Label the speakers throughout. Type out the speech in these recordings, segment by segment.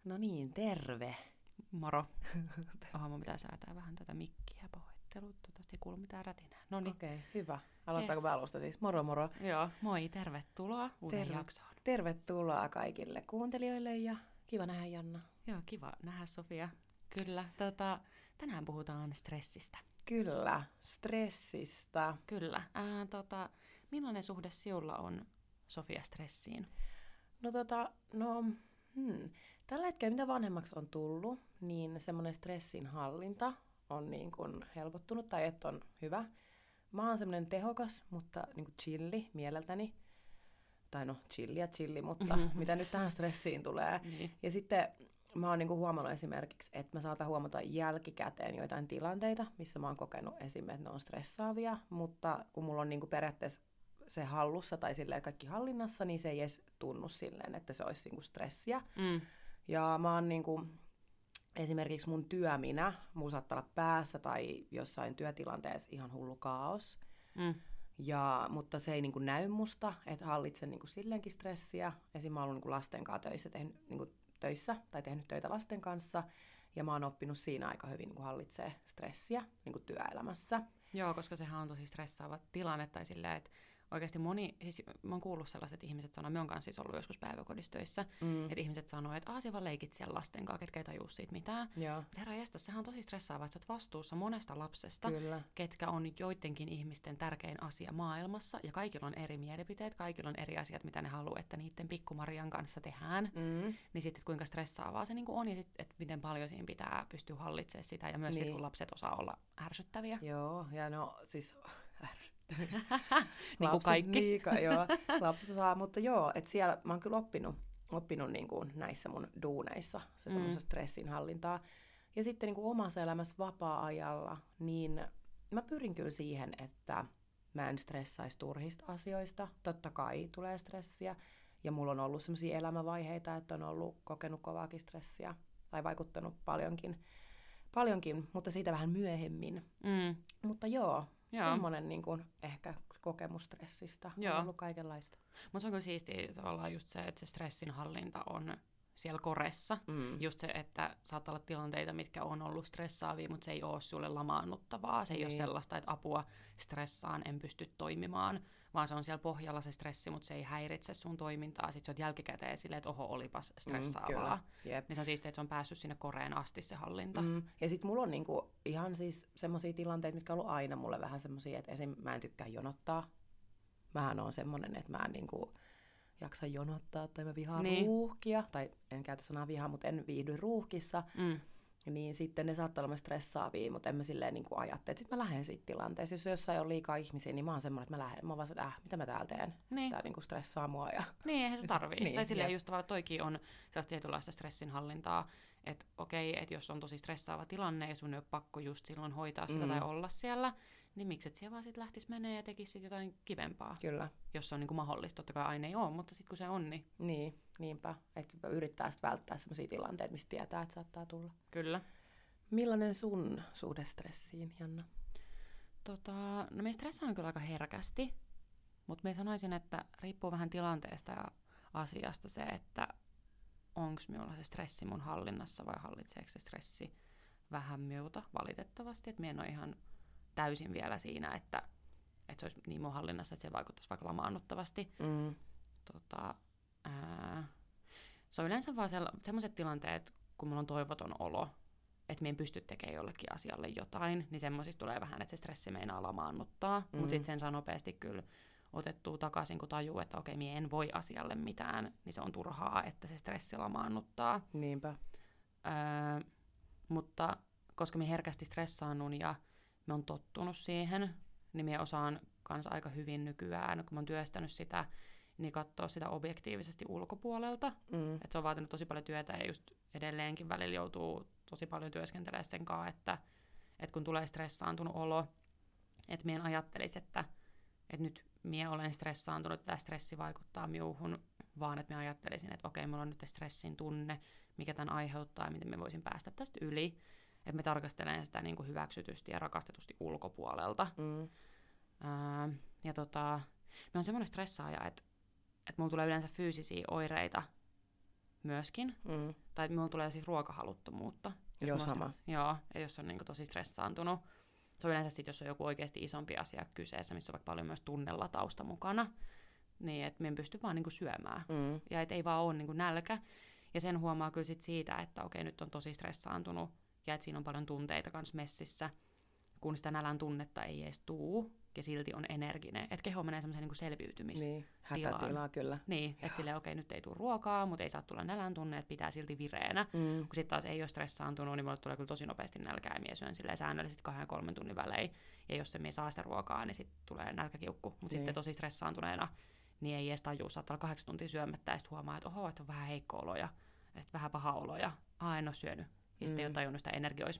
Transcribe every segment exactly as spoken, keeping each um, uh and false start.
Speaker 1: No niin, terve.
Speaker 2: Moro. Oha, mun pitää säätää vähän tätä mikkiä, pahoittelut. Toivottavasti ei kuulu mitään rätinää. Noniin.
Speaker 1: Okei, okay, hyvä. Aloittaako
Speaker 2: Yes.
Speaker 1: me alusta siis? Moro moro.
Speaker 2: Joo, moi, tervetuloa uuden
Speaker 1: Terve-
Speaker 2: jaksoon.
Speaker 1: Tervetuloa kaikille kuuntelijoille ja kiva nähdä Janna.
Speaker 2: Joo, kiva nähdä Sofia. Kyllä, tota, tänään puhutaan stressistä.
Speaker 1: Kyllä, stressistä.
Speaker 2: Kyllä. Ää, tota, millainen suhde sinulla on, Sofia, stressiin?
Speaker 1: No tota, no, hmm. Tällä hetkellä mitä vanhemmaksi on tullut, niin semmoinen stressin hallinta on niin kuin helpottunut tai että on hyvä. Mä oon semmoinen tehokas, mutta niin kuin chilli mieleltäni. Tai no, chilli ja chilli, mutta mitä nyt tähän stressiin tulee.
Speaker 2: Niin.
Speaker 1: Ja sitten mä oon niinku huomannut esimerkiksi, että mä saatan huomata jälkikäteen joitain tilanteita, missä mä oon kokenut esimerkiksi, että ne on stressaavia, mutta kun mulla on niinku periaatteessa se hallussa tai silleen kaikki hallinnassa, niin se ei edes tunnu silleen, että se olisi niinku stressiä.
Speaker 2: Mm.
Speaker 1: Ja mä oon niinku, esimerkiksi mun työminä, mulla saattaa olla päässä tai jossain työtilanteessa ihan hullu kaos.
Speaker 2: Mm.
Speaker 1: Ja, mutta se ei niin kuin näy musta, että hallitsen niin kuin silleenkin stressiä. Esim. Mä oon ollut niin kuin lasten kanssa töissä, tehnyt, niin kuin töissä tai tehnyt töitä lasten kanssa. Ja mä oon oppinut siinä aika hyvin niin kuin hallitsee stressiä niin kuin työelämässä.
Speaker 2: Joo, koska sehän on tosi stressaava tilanne, tai silleen, että oikeasti moni, siis mä oon kuullut sellaiset, että ihmiset sanoo, mä oon kanssa siis ollut joskus päiväkodissa töissä, mm. että ihmiset sanoo, että aah, sä vaan leikit siellä lasten kanssa, ketkä ei tajuu siitä mitään. Mutta herra jästäs, sehän on tosi stressaavaa, että sä oot vastuussa monesta lapsesta,
Speaker 1: Kyllä.
Speaker 2: ketkä on joidenkin ihmisten tärkein asia maailmassa, ja kaikilla on eri mielipiteet, kaikilla on eri asiat, mitä ne haluaa, että niiden pikkumarian kanssa tehdään. Mm. Niin sitten, kuinka stressaavaa se niinku on, ja sitten, että miten paljon siinä pitää pystyä hallitsemaan sitä, ja myös niin. sit, kun lapset osaa olla ärsyttäviä.
Speaker 1: Joo, ja no siis
Speaker 2: niin kuin kaikki.
Speaker 1: Liika, joo, lapset saa, mutta joo, että siellä mä oon kyllä oppinut, oppinut niin kuin näissä mun duuneissa se mm. stressin hallintaa. Ja sitten niin kuin omassa elämässä vapaa-ajalla, niin mä pyrin kyllä siihen, että mä en stressaisi turhista asioista. Totta kai tulee stressiä, ja mulla on ollut sellaisia elämänvaiheita, että on ollut kokenut kovaakin stressiä, tai vaikuttanut paljonkin, paljonkin mutta siitä vähän myöhemmin. Mm. Mutta joo. Joo. Semmoinen niin kuin, ehkä kokemus stressistä on ollut kaikenlaista.
Speaker 2: Mutta se on kyllä siistiä tavallaan just se, että se stressin hallinta on siellä koressa. Mm. Just se, että saattaa olla tilanteita, mitkä on ollut stressaavia, mutta se ei ole sulle lamaannuttavaa. Se ei niin. ole sellaista, että apua stressaan, en pysty toimimaan, vaan se on siellä pohjalla se stressi, mutta se ei häiritse sun toimintaa. Sitten sä oot jälkikäteen silleen, että oho, olipas stressaavaa. Mm, niin se on siistiä, että se on päässyt sinne koreen asti se hallinta. Mm.
Speaker 1: Ja sitten mulla on niinku ihan siis semmosia tilanteita, mitkä on ollut aina mulle vähän semmosia, että esim. Mä en tykkää jonottaa. Mähän on semmonen, että mä en niinku jaksa jonottaa tai mä vihaan niin. ruuhkia. Tai en käytä sanaa vihaa, mutta en viihdy ruuhkissa. Mm. Niin sitten ne saattaa olla myös stressaavia, mutta en mä silleen niin kuin ajattele. Sitten mä lähden siitä tilanteessa. Jos jossain on liikaa ihmisiä, niin mä oon semmoinen, että mä lähden. Mä oon vaan se, äh, mitä mä täällä teen?
Speaker 2: Niin.
Speaker 1: Tää niin kuin stressaa mua. Ja
Speaker 2: niin, eihän se tarvii.
Speaker 1: niin,
Speaker 2: tai silleen just tavallaan toikin on sellaista tietynlaista stressinhallintaa, että okei, että jos on tosi stressaava tilanne ja sun ei ole pakko just silloin hoitaa sitä mm. tai olla siellä, niin miksi et siellä vaan sit lähtisi menee ja tekisi sit jotain kivempaa?
Speaker 1: Kyllä.
Speaker 2: Jos se on niinku mahdollista, totta kai aina ei ole, mutta sitten kun se on, niin...
Speaker 1: Niin, niinpä. Että yrittää sitten välttää sellaisia tilanteita, mistä tietää, että saattaa tulla.
Speaker 2: Kyllä.
Speaker 1: Millainen sun suhde stressiin, Janna?
Speaker 2: Tota, no me stressaan kyllä aika herkästi, mutta me sanoisin, että riippuu vähän tilanteesta ja asiasta se, että onko minulla se stressi mun hallinnassa vai hallitseeko se stressi vähän muuta valitettavasti. Että minä en ole ihan täysin vielä siinä, että, että se olisi niin mun hallinnassa, että se vaikuttaisi vaikka lamaannuttavasti. Mm. Tota, ää, se on yleensä vaan sellaiset tilanteet, kun mulla on toivoton olo, että minä en pysty tekemään jollekin asialle jotain, niin semmoisista tulee vähän, että se stressi meinaa lamaannuttaa. Mm. Mutta sitten sen saa nopeasti kyllä otettua takaisin, kun tajuu, että okei, minä en voi asialle mitään, niin se on turhaa, että se stressi lamaannuttaa.
Speaker 1: Niinpä.
Speaker 2: Öö, mutta koska minä herkästi stressaannun ja minä olen tottunut siihen, niin minä osaan kanssa aika hyvin nykyään, kun minä olen työstänyt sitä, niin katsoa sitä objektiivisesti ulkopuolelta. Mm. Että se on vaatinut tosi paljon työtä ja just edelleenkin välillä joutuu tosi paljon työskentelemään sen kanssa, että, että kun tulee stressaantunut olo, että minä en ajattelisi, että, että nyt minä olen stressaantunut, että tämä stressi vaikuttaa minuhun, vaan että minä ajattelisin, että okei, minulla on nyt stressin tunne, mikä tämän aiheuttaa ja miten me voisin päästä tästä yli. Että me tarkastelen sitä niin kuin hyväksytysti ja rakastetusti ulkopuolelta. Mm. Ää, ja tota, me on semmoinen stressaaja, että, että mulla tulee yleensä fyysisiä oireita myöskin.
Speaker 1: Mm.
Speaker 2: Tai mulla tulee siis ruokahaluttomuutta. Jos
Speaker 1: Joo,
Speaker 2: musta,
Speaker 1: sama.
Speaker 2: Joo, ja jos on niinku tosi stressaantunut. Se on yleensä sit, jos on joku oikeasti isompi asia kyseessä, missä on vaikka paljon myös tunnelatausta mukana, niin että me en pysty vaan niinku syömään.
Speaker 1: Mm.
Speaker 2: Ja et ei vaan ole niinku nälkä. Ja sen huomaa kyllä sit siitä, että okei, nyt on tosi stressaantunut, ja että siinä on paljon tunteita kans messissä, kun sitä nälän tunnetta ei edes tuu, ja silti on energinen. Että keho menee semmoiseen niinku selviytymistilaan.
Speaker 1: Niin, hätätilaa kyllä.
Speaker 2: Niin, että silleen okei, nyt ei tule ruokaa, mutta ei saa tulla nälän tunne, että pitää silti vireenä.
Speaker 1: Mm.
Speaker 2: Kun sitten taas ei ole stressaantunut, niin mulle tulee kyllä tosi nopeasti nälkää, ja mie syön silleen säännöllisesti kahden ja kolmen tunnin välein. Ja jos se mie saa sitä ruokaa, niin sitten tulee nälkäkiukku. Mutta
Speaker 1: Niin.
Speaker 2: sitten tosi stressaantuneena, niin ei edes tajua, saattaa olla kahdeksan tuntia syömättä, ja sitten huomaa, että oho, että on vähän heikko olo, ja että vähän paha olo, ja aa, en ole syönyt. Ja sitten mm. ei ole tajunnut sitä energiois.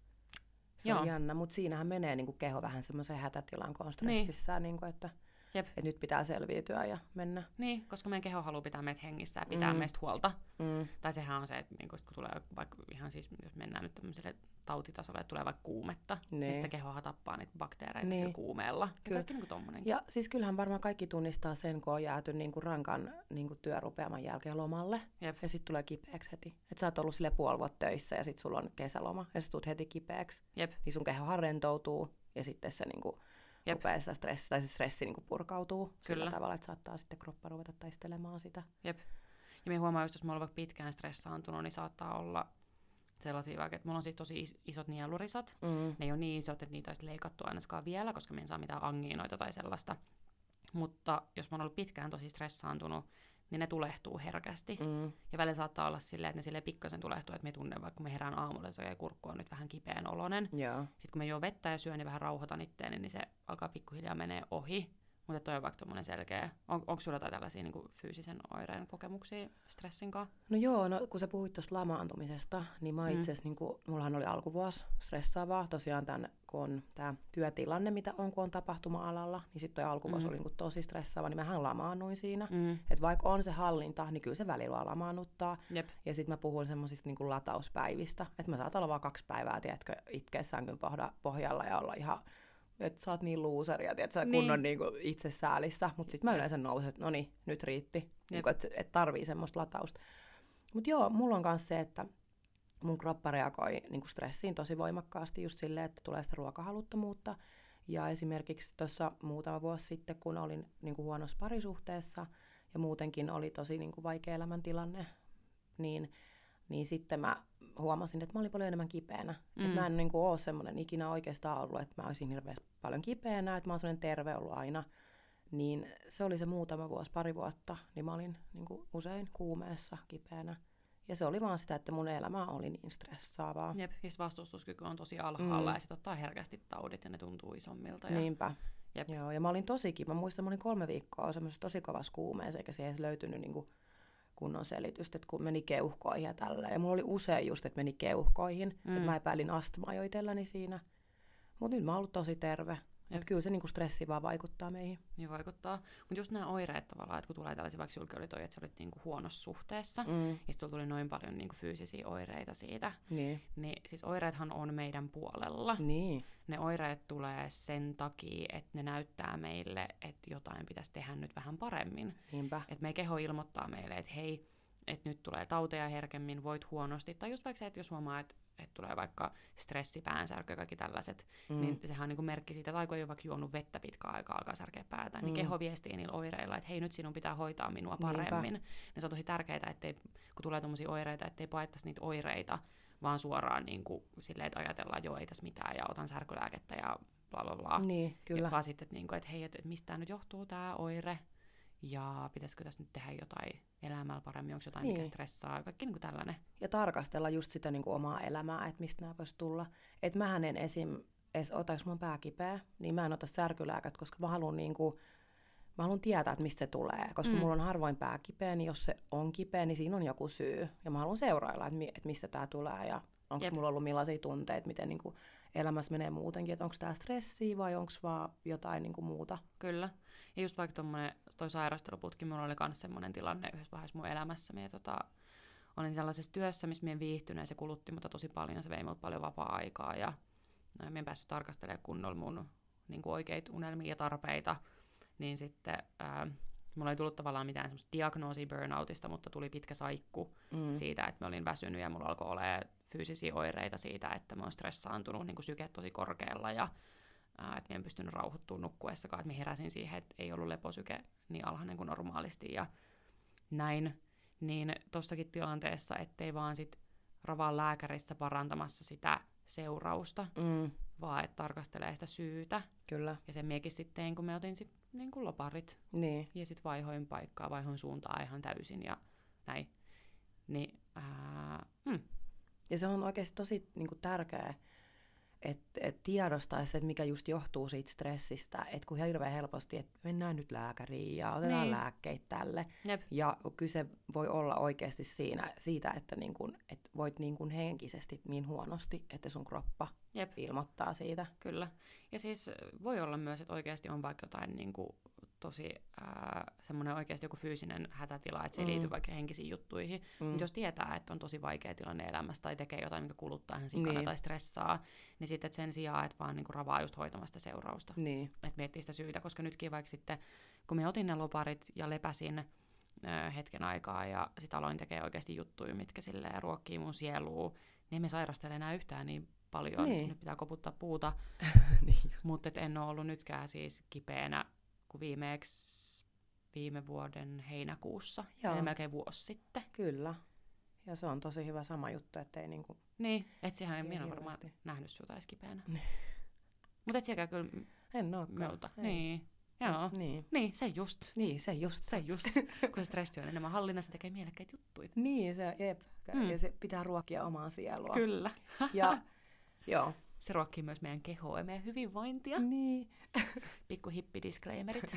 Speaker 1: Se
Speaker 2: Joo.
Speaker 1: on jännä, mutta siinähän menee niin kuin keho vähän semmoiseen hätätilaan, kun on stressissä, niin. Niin kuin, että, että nyt pitää selviytyä ja mennä.
Speaker 2: Niin, koska meidän keho haluaa pitää meitä hengissä ja pitää
Speaker 1: Mm.
Speaker 2: meistä huolta.
Speaker 1: Mm.
Speaker 2: Tai sehän on se, että niin kun tulee vaikka ihan siis, jos mennään nyt tämmöiselle tautitasolle, että tulee vaikka kuumetta, niin, niin sitä kehoa tappaa niitä bakteereita niin. Sillä kuumeella. Ja kaikki niin kuin tommonen.
Speaker 1: Ja siis kyllähän varmaan kaikki tunnistaa sen, kun on jääty niin kuin rankan niin kuin työrupeaman jälkeen lomalle. Jep. Ja sitten tulee kipeäksi heti. Että sä oot ollut sille puoli vuotta töissä ja sitten sulla on kesäloma ja sitten tulet heti kipeäksi.
Speaker 2: Jep.
Speaker 1: Niin sun kehohan rentoutuu ja sitten se niin kuin rupeaa sitä stressi, tai se stressi niin kuin purkautuu. Kyllä. Sillä tavalla, että saattaa sitten kroppa ruveta taistelemaan sitä.
Speaker 2: Jep. Ja minä huomaan just, jos mä oon vaikka pitkään stressaantunut, niin saattaa olla sellaisia vaikka, että mulla on siis tosi is- isot nielurisat. Mm. Ne ei ole niin isot, että niitä olisi leikattu ainakaan vielä, koska minä en saa mitään angiinoita tai sellaista. Mutta jos mä oon ollut pitkään tosi stressaantunut, niin ne tulehtuu herkästi. Mm. Ja välillä saattaa olla silleen, että ne silleen pikkasen tulehtuu, että me tunnen, vaikka kun me herään aamulla, että okei, kurkku on nyt vähän kipeän oloinen. Yeah. Sitten kun me juo vettä ja syön, niin vähän rauhoitan itteeni, niin se alkaa pikkuhiljaa menee ohi. Mutta toi on vaikka tommonen selkeä. On, onko sulla jotain tällaisia niin kuin fyysisen oireen kokemuksia stressin kanssa?
Speaker 1: No joo, no kun sä puhuit tuosta lamaantumisesta, niin mä itse asiassa, mm. niin mullahan oli alkuvuosi stressaavaa. Tosiaan tämän, kun on tämä työtilanne, mitä on, kun on tapahtuma-alalla, niin sitten toi alkuvuosi mm. oli niin kuin tosi stressaava, niin mähän lamaannuin siinä. Mm. Että vaikka on se hallinta, niin kyllä se välillä vaan lamaannuttaa. Jep. Ja sitten mä puhun semmoisista niin kuin latauspäivistä. Että mä saatan olla vaan kaksi päivää, tiedätkö, itkeä sängyn pohjalla ja olla ihan... että sä oot niin luuseria, että sä niin. kunnon niinku itsesäälissä, mutta sit mä yleensä nousen, että no niin, nyt riitti, niinku, että et tarvii semmoista latausta. Mutta joo, mulla on myös se, että mun kroppa reagoi niinku stressiin tosi voimakkaasti just silleen, että tulee sitä ruokahaluttomuutta. Ja esimerkiksi tuossa muutama vuosi sitten, kun olin niinku huonossa parisuhteessa ja muutenkin oli tosi niinku vaikea elämäntilanne, niin, niin sitten mä huomasin, että mä olin paljon enemmän kipeänä. Mm. Että mä en niin kuin, ole semmoinen ikinä oikeastaan ollut, että mä olisin hirveästi paljon kipeänä, että mä oon semmoinen terve ollut aina. Niin se oli se muutama vuosi, pari vuotta, niin mä olin niin kuin, usein kuumeessa kipeänä. Ja se oli vaan sitä, että mun elämä oli niin stressaavaa.
Speaker 2: Jep, ja vastustuskyky on tosi alhaalla mm. ja sit ottaa herkästi taudit ja ne tuntuu isommilta. Ja...
Speaker 1: Niinpä. Jep. Joo, ja mä olin tosikin, mä muistan, mä olin kolme viikkoa semmoisessa tosi kovassa kuumeessa, eikä siihen edes löytynyt niin kuin, kunnon selitystä, että kun meni keuhkoihin ja tälleen. Ja mulla oli usein just, että meni keuhkoihin. Mm. Että mä epäilin astmaa jo itselläni siinä. Mutta nyt mä oon ollut tosi terve. Että kyllä se niinku stressi vaan vaikuttaa meihin.
Speaker 2: Niin vaikuttaa. Mutta just nämä oireet tavallaan, että kun tulee tällaisia, vaikka sulki oli toi, että sä olit niinku huonossa suhteessa, mm. ja sitten tuli noin paljon niinku fyysisiä oireita siitä. Niin. Niin siis oireethan on meidän puolella. Niin. Ne oireet tulee sen takia, että ne näyttää meille, että jotain pitäisi tehdä nyt vähän paremmin. Niinpä. Että meidän keho ilmoittaa meille, että hei, että nyt tulee tauteja herkemmin, voit huonosti. Tai just vaikka se, että jos huomaa, että että tulee vaikka stressi, päänsärky ja kaikki tällaiset, mm. niin sehän on niin kuin merkki siitä, että kun ei ole vaikka juonut vettä pitkään aikaa, alkaa särkeä päätä, mm. niin keho viestii niillä oireilla, että hei, nyt sinun pitää hoitaa minua paremmin. Niinpä. Niin se on tosi tärkeää, ettei, kun tulee tuommoisia oireita, ettei paettaisi niitä oireita, vaan suoraan niin kuin, silleen, että ajatellaan, joo, ei tässä mitään, ja otan särkylääkettä ja bla bla bla.
Speaker 1: Niin, kyllä.
Speaker 2: Ja vaan sitten, että, niin kuin, että hei, että mistä tämä nyt johtuu tämä oire, ja pitäisikö tässä nyt tehdä jotain elämällä paremmin, onko jotain, niin. mikä stressaa, kaikki niin kuin tällainen.
Speaker 1: Ja tarkastella just sitä niin kuin omaa elämää, että mistä nämä voisi tulla. Että mähän en esim. Edes ota, jos mun pää kipeä, niin mä en ota särkylääkät, koska mä haluan, niin kuin, mä haluan tietää, että mistä se tulee. Koska mm. mulla on harvoin pää kipeä, niin jos se on kipeä, niin siinä on joku syy. Ja mä haluan seurailla, että, mi- että mistä tämä tulee ja onko mulla ollut millaisia tunteita, miten niin kuin elämässä menee muutenkin, että onko tämä stressiä vai onko vaan jotain niin kuin muuta.
Speaker 2: Kyllä. Ja just vaikka tommonen, toi sairasteluputki, mulla oli myös semmoinen tilanne yhdessä vaiheessa mun elämässä. Mie, tota, olin sellaisessa työssä, missä mie viihtyneen, se kulutti mutta tosi paljon, se vei mut paljon vapaa-aikaa. Ja no, mie en päässyt tarkastelemaan kunnolla mun niin kuin oikeita unelmia ja tarpeita. Niin sitten ää, mulla ei tullut tavallaan mitään semmoista diagnoosia burnoutista, mutta tuli pitkä saikku mm. siitä, että mä olin väsynyt ja mulla alkoi olemaan fyysisiä oireita siitä, että mä oon stressaantunut, niin kuin syke tosi korkealla ja ää, että mä en pystynyt rauhoittumaan nukkuessakaan, että mä heräsin siihen, että ei ollut leposyke niin alhainen kuin normaalisti ja näin. Niin tossakin tilanteessa, ettei vaan sit ravaa lääkärissä parantamassa sitä seurausta, mm. vaan että tarkastelee sitä syytä.
Speaker 1: Kyllä. Ja
Speaker 2: sen miekin sitten, kun me otin sit niin kuin loparit.
Speaker 1: Niin.
Speaker 2: Ja sitten vaihoin paikkaa, vaihoin suuntaa ihan täysin ja näin. Niin, ää, mm.
Speaker 1: Ja se on oikeasti tosi niin kuin tärkeää, että et tiedostaisi, että mikä just johtuu siitä stressistä. Että kun hirveän helposti, että mennään nyt lääkäriin ja otetaan niin. lääkkeitä tälle.
Speaker 2: Jep.
Speaker 1: Ja kyse voi olla oikeasti siinä, siitä, että niin kun, et voit niin kun henkisesti niin huonosti, että sun kroppa
Speaker 2: Jep.
Speaker 1: ilmoittaa siitä.
Speaker 2: Kyllä. Ja siis voi olla myös, että oikeasti on vaikka jotain niin kuin tosi ää, semmoinen oikeasti joku fyysinen hätätila, että se ei mm. liity vaikka henkisiin juttuihin. Mm. Mutta jos tietää, että on tosi vaikea tilanne elämässä tai tekee jotain, mikä kuluttaa ihan sikana niin. tai stressaa, niin sitten et sen sijaan, että vaan niinku ravaa just hoitamasta seurausta. Niin. Että miettii sitä syytä, koska nytkin vaikka sitten, kun me otin ne loparit ja lepäsin ö, hetken aikaa ja sitten aloin tekemään oikeasti juttuja, mitkä silleen ruokkii mun sielua, niin me sairastele enää yhtään niin paljon. Niin. Nyt pitää koputtaa puuta. niin. Mutta en ole ollut nytkään siis kipeänä kuin viimeksi viime vuoden heinäkuussa, eli melkein vuosi sitten.
Speaker 1: Kyllä. Ja se on tosi hyvä sama juttu, ettei niinku...
Speaker 2: Niin, et sehän ei minä varmaan nähnyt sua edes kipeänä. Mutta et sielläkään kyllä
Speaker 1: en olekaan.
Speaker 2: Meuta. Niin. Joo.
Speaker 1: Niin.
Speaker 2: niin, se just.
Speaker 1: Niin, se just.
Speaker 2: Se just. Kun se stressi on enemmän hallinnassa, tekee mielekkäitä juttuja.
Speaker 1: Niin, se, jep. Mm. Ja se pitää ruokkia omaa sielua.
Speaker 2: Kyllä.
Speaker 1: Ja, joo.
Speaker 2: Se ruokkii myös meidän kehoa ja meidän hyvinvointia.
Speaker 1: Niin.
Speaker 2: Pikku hippidisclaimerit.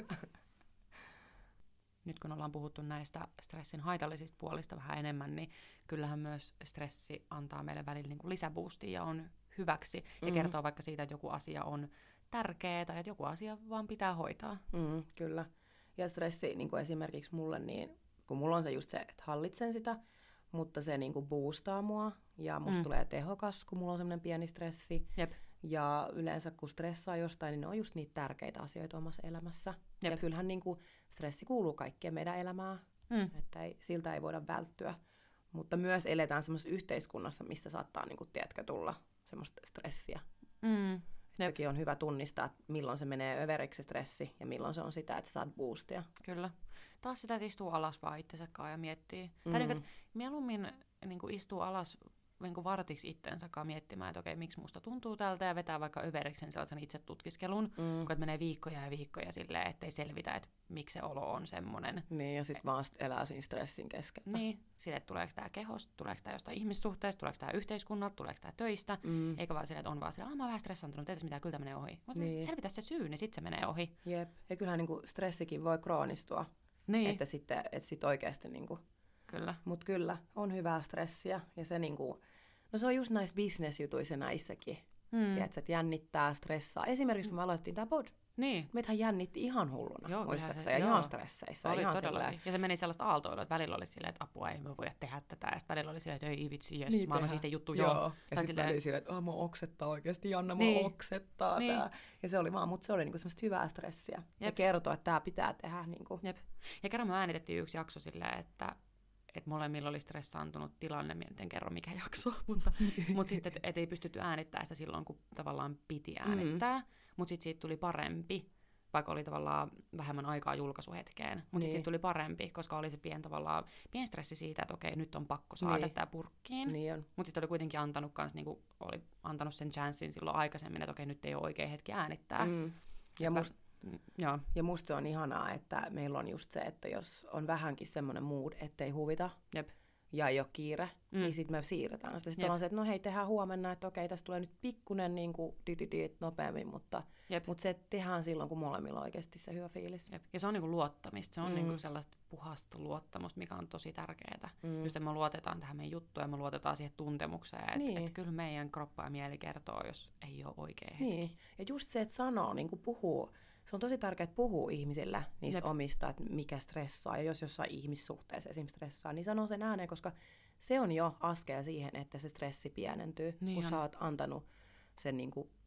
Speaker 2: Nyt kun ollaan puhuttu näistä stressin haitallisista puolista vähän enemmän, niin kyllähän myös stressi antaa meille välillä niin kuin lisäboostia ja on hyväksi. Ja mm. kertoo vaikka siitä, että joku asia on tärkeä tai että joku asia vaan pitää hoitaa.
Speaker 1: Mm, kyllä. Ja stressi niin kuin esimerkiksi mulle, niin kun mulla on se just se, että hallitsen sitä, mutta se niin kuin boostaa mua ja musta mm. tulee tehokas, kun mulla on semmoinen pieni stressi.
Speaker 2: Jep.
Speaker 1: Ja yleensä kun stressaa jostain, niin ne on just niitä tärkeitä asioita omassa elämässä.
Speaker 2: Jep.
Speaker 1: Ja kyllähän niin kuin stressi kuuluu kaikkeen meidän elämään, mm. että ei, siltä ei voida välttyä. Mutta myös eletään semmoisessa yhteiskunnassa, missä saattaa, niin kuin, tiedätkö, tulla semmoista stressiä.
Speaker 2: Mm.
Speaker 1: Sekin on hyvä tunnistaa, että milloin se menee överiksi stressi ja milloin se on sitä, että sä saat boostia.
Speaker 2: Kyllä. Taas sitä, että istuu alas vaan itsensä kanssa ja miettii. Mm. Tai niin, että mieluummin niin kuin istuu alas niin kuin vartiksi itsensä kanssa miettimään, että okei, miksi musta tuntuu tältä ja vetää vaikka överiksi sellaisen itsetutkiskelun, mm. kun että menee viikkoja ja viikkoja silleen, ettei selvitä, että miksi se olo on semmoinen.
Speaker 1: Niin, ja sitten vaan elää siinä stressin keskellä.
Speaker 2: Niin, sille, että tuleeko tämä kehosta, tuleeko tämä jostain ihmissuhteesta, tuleeko tämä yhteiskunnalta, tuleeko tämä töistä, mm. eikä vaan silleen, että on vaan silleen, että mä oon vähän stressantunut, ei tässä mitään, kyllä tämä menee ohi. Mutta niin. Selvitä se syy, niin sitten se menee ohi.
Speaker 1: Jep, ja kyllähän niin kuin stressikin voi kroonistua,
Speaker 2: niin.
Speaker 1: että sitten että sit oikeasti... Niin kuin...
Speaker 2: Kyllä.
Speaker 1: Mutta kyllä, on hyvää stressiä, ja se niin kuin... No se on just näissä business-jutuissa näissäkin. Mm. Tiedätkö, että jännittää, stressaa. Esimerkiksi kun me aloitettiin tämä pod.
Speaker 2: Niin.
Speaker 1: Meitähän jännitti ihan hulluna,
Speaker 2: joo,
Speaker 1: muistaakseni, ja joo. ihan stresseissä.
Speaker 2: Oli
Speaker 1: ihan
Speaker 2: todellakin. Ja se meni sellaista aaltoilua, että välillä oli silleen, että apua ei me voida tehdä tätä. Ja sitten välillä oli silleen, että ei vitsi, jes, niin maailman siiste juttu, joo. joo.
Speaker 1: Ja sitten silleen... välillä silleen, että mua oksettaa oikeasti, Janna, mua niin. oksettaa niin. tää. Ja se oli vaan, mutta se oli niinku semmoista hyvää stressiä. Jep. Ja kertoo, että tää pitää tehdä. Niinku.
Speaker 2: Jep. Ja kerran me äänitettiin yksi jakso silleen, että että molemmilla oli stressaantunut tilanne, minä nyt en kerro mikä jakso, mutta mut sitten, että et ei pystytty äänittämään sitä silloin, kun tavallaan piti äänittää, mm-hmm. mutta sitten siitä tuli parempi, vaikka oli tavallaan vähemmän aikaa julkaisuhetkeen, mutta niin. sitten siitä tuli parempi, koska oli se pien, tavallaan, pien stressi siitä, että okei, nyt on pakko saada niin. tämä purkkiin,
Speaker 1: niin
Speaker 2: mutta sitten oli kuitenkin antanut, kans, niinku, oli antanut sen chanssin silloin aikaisemmin, että okei, nyt ei ole oikea hetki äänittää.
Speaker 1: Mm. Ja musta
Speaker 2: Joo.
Speaker 1: Ja musta se on ihanaa, että meillä on just se, että jos on vähänkin semmoinen mood, ettei huvita
Speaker 2: Jep.
Speaker 1: ja ei ole kiire, mm. niin sitten me siirretään sitä. Sitten on se, että no hei, tehdään huomenna, että okei, tässä tulee nyt pikkunen niin kuin ditidit nopeammin, mutta, mutta se tehdään silloin, kun molemmilla on oikeasti se hyvä fiilis.
Speaker 2: Jep. Ja se on niinku luottamista, se on mm. niinku sellaista puhasta luottamusta, mikä on tosi tärkeää. Mm. Just, että me luotetaan tähän meidän juttuun ja me luotetaan siihen tuntemukseen, että niin. et kyllä meidän kroppa ja mieli kertoo, jos ei ole oikea hetki.
Speaker 1: Niin. Ja just se, että sanoo, niin kuin puhuu, se on tosi tärkeää puhua ihmisille niistä Jep. omista, että mikä stressaa. Ja jos jossain ihmissuhteessa esimerkiksi stressaa, niin sanoo sen ääneen, koska se on jo askel siihen, että se stressi pienentyy, niin kun on. Sä oot antanut sen niin kuin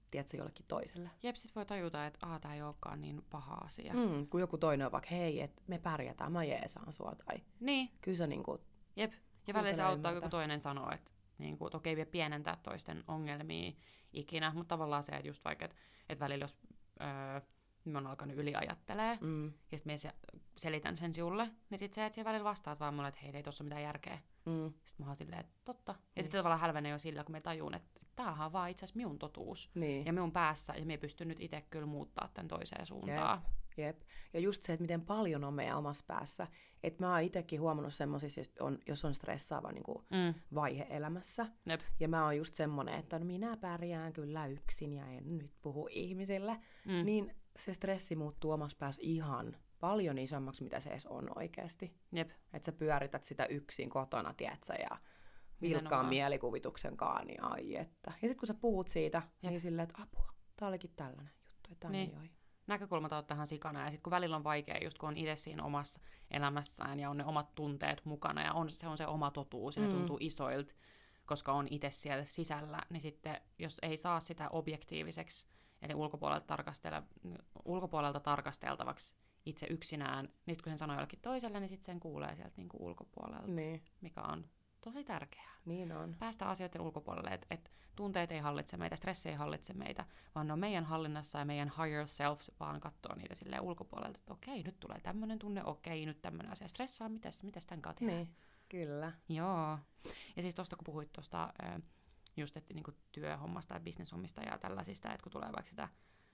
Speaker 1: tiedätkö, jollekin toiselle.
Speaker 2: Jep, sit voi tajuta, että aah, tää ei olekaan niin paha asia.
Speaker 1: Mm, kun joku toinen on vaikka, hei, että me pärjätään, mä jeesaan sua, tai
Speaker 2: Niin.
Speaker 1: kyllä se niinku...
Speaker 2: Jep, ja välillä se auttaa,
Speaker 1: ymmärtää.
Speaker 2: kun toinen sanoo, että niinku, et okei, vie pienentää toisten ongelmia ikinä, mutta tavallaan se, että just vaikka, että et välillä jos öö, mä oon alkanut yliajattelee,
Speaker 1: Mm.
Speaker 2: ja sitten mä se, selitän sen sinulle, niin sit se, että siellä välillä vastaat vaan mulle, että hei, ei tossa ole mitään järkeä.
Speaker 1: Mm.
Speaker 2: Sitten mä oon silleen, että totta. Ja
Speaker 1: Niin.
Speaker 2: sitten tavallaan hälvenee jo sillä, kun mä tajun, että tämähän on vaan itse asiassa minun totuus.
Speaker 1: Niin.
Speaker 2: Ja minun päässä, ja mä pystyn nyt itse kyllä muuttaa tämän toiseen suuntaan.
Speaker 1: Jep. Ja just se, että miten paljon on meidän omassa päässä. Että mä oon itsekin huomannut semmoisissa, jos on, jos on stressaava niin kuin
Speaker 2: Mm.
Speaker 1: vaihe elämässä.
Speaker 2: Jep.
Speaker 1: Ja mä oon just semmonen, että no minä pärjään kyllä yksin ja en nyt puhu ihmisille.
Speaker 2: Mm.
Speaker 1: Niin se stressi muuttuu omassa päässä ihan paljon isommaksi, mitä se edes on oikeasti.
Speaker 2: Jep.
Speaker 1: Että sä pyörität sitä yksin kotona, tiedätkö, ja vilkkaan
Speaker 2: Nimenomaan.
Speaker 1: mielikuvituksen kaan, niin ai että. Ja sitten kun sä puhut siitä,
Speaker 2: Jep.
Speaker 1: niin silleen, että apua, tää olikin tällainen juttu, että
Speaker 2: Niin.
Speaker 1: niin.
Speaker 2: Näkökulmat on tähän sikana, ja sitten kun välillä on vaikea, just kun on itse siinä omassa elämässään, ja on ne omat tunteet mukana, ja on, se on se oma totuus, ja ne
Speaker 1: Mm.
Speaker 2: tuntuu isoilta, koska on itse siellä sisällä, niin sitten jos ei saa sitä objektiiviseksi, eli ulkopuolelta, tarkastella, ulkopuolelta tarkasteltavaksi itse yksinään, niin sit kun sen sanoo jollekin toiselle, niin sitten sen kuulee sieltä niinku ulkopuolelta,
Speaker 1: Niin,
Speaker 2: mikä on tosi tärkeää.
Speaker 1: niin on.
Speaker 2: Päästä asioiden ulkopuolelle, että et tunteet ei hallitse meitä, stressi ei hallitse meitä, vaan ne on meidän hallinnassa ja meidän higher self vaan katsoo niitä silleen ulkopuolelta, että okei, nyt tulee tämmöinen tunne, okei, nyt tämmöinen asia stressaa, mitäs, mitäs tämän kanssa tehdään?
Speaker 1: Niin, kyllä.
Speaker 2: Joo. Ja siis tuosta kun puhuit tuosta just että niinku työhommasta ja bisneshommista ja tällaisista, että kun tulee vaikka sitä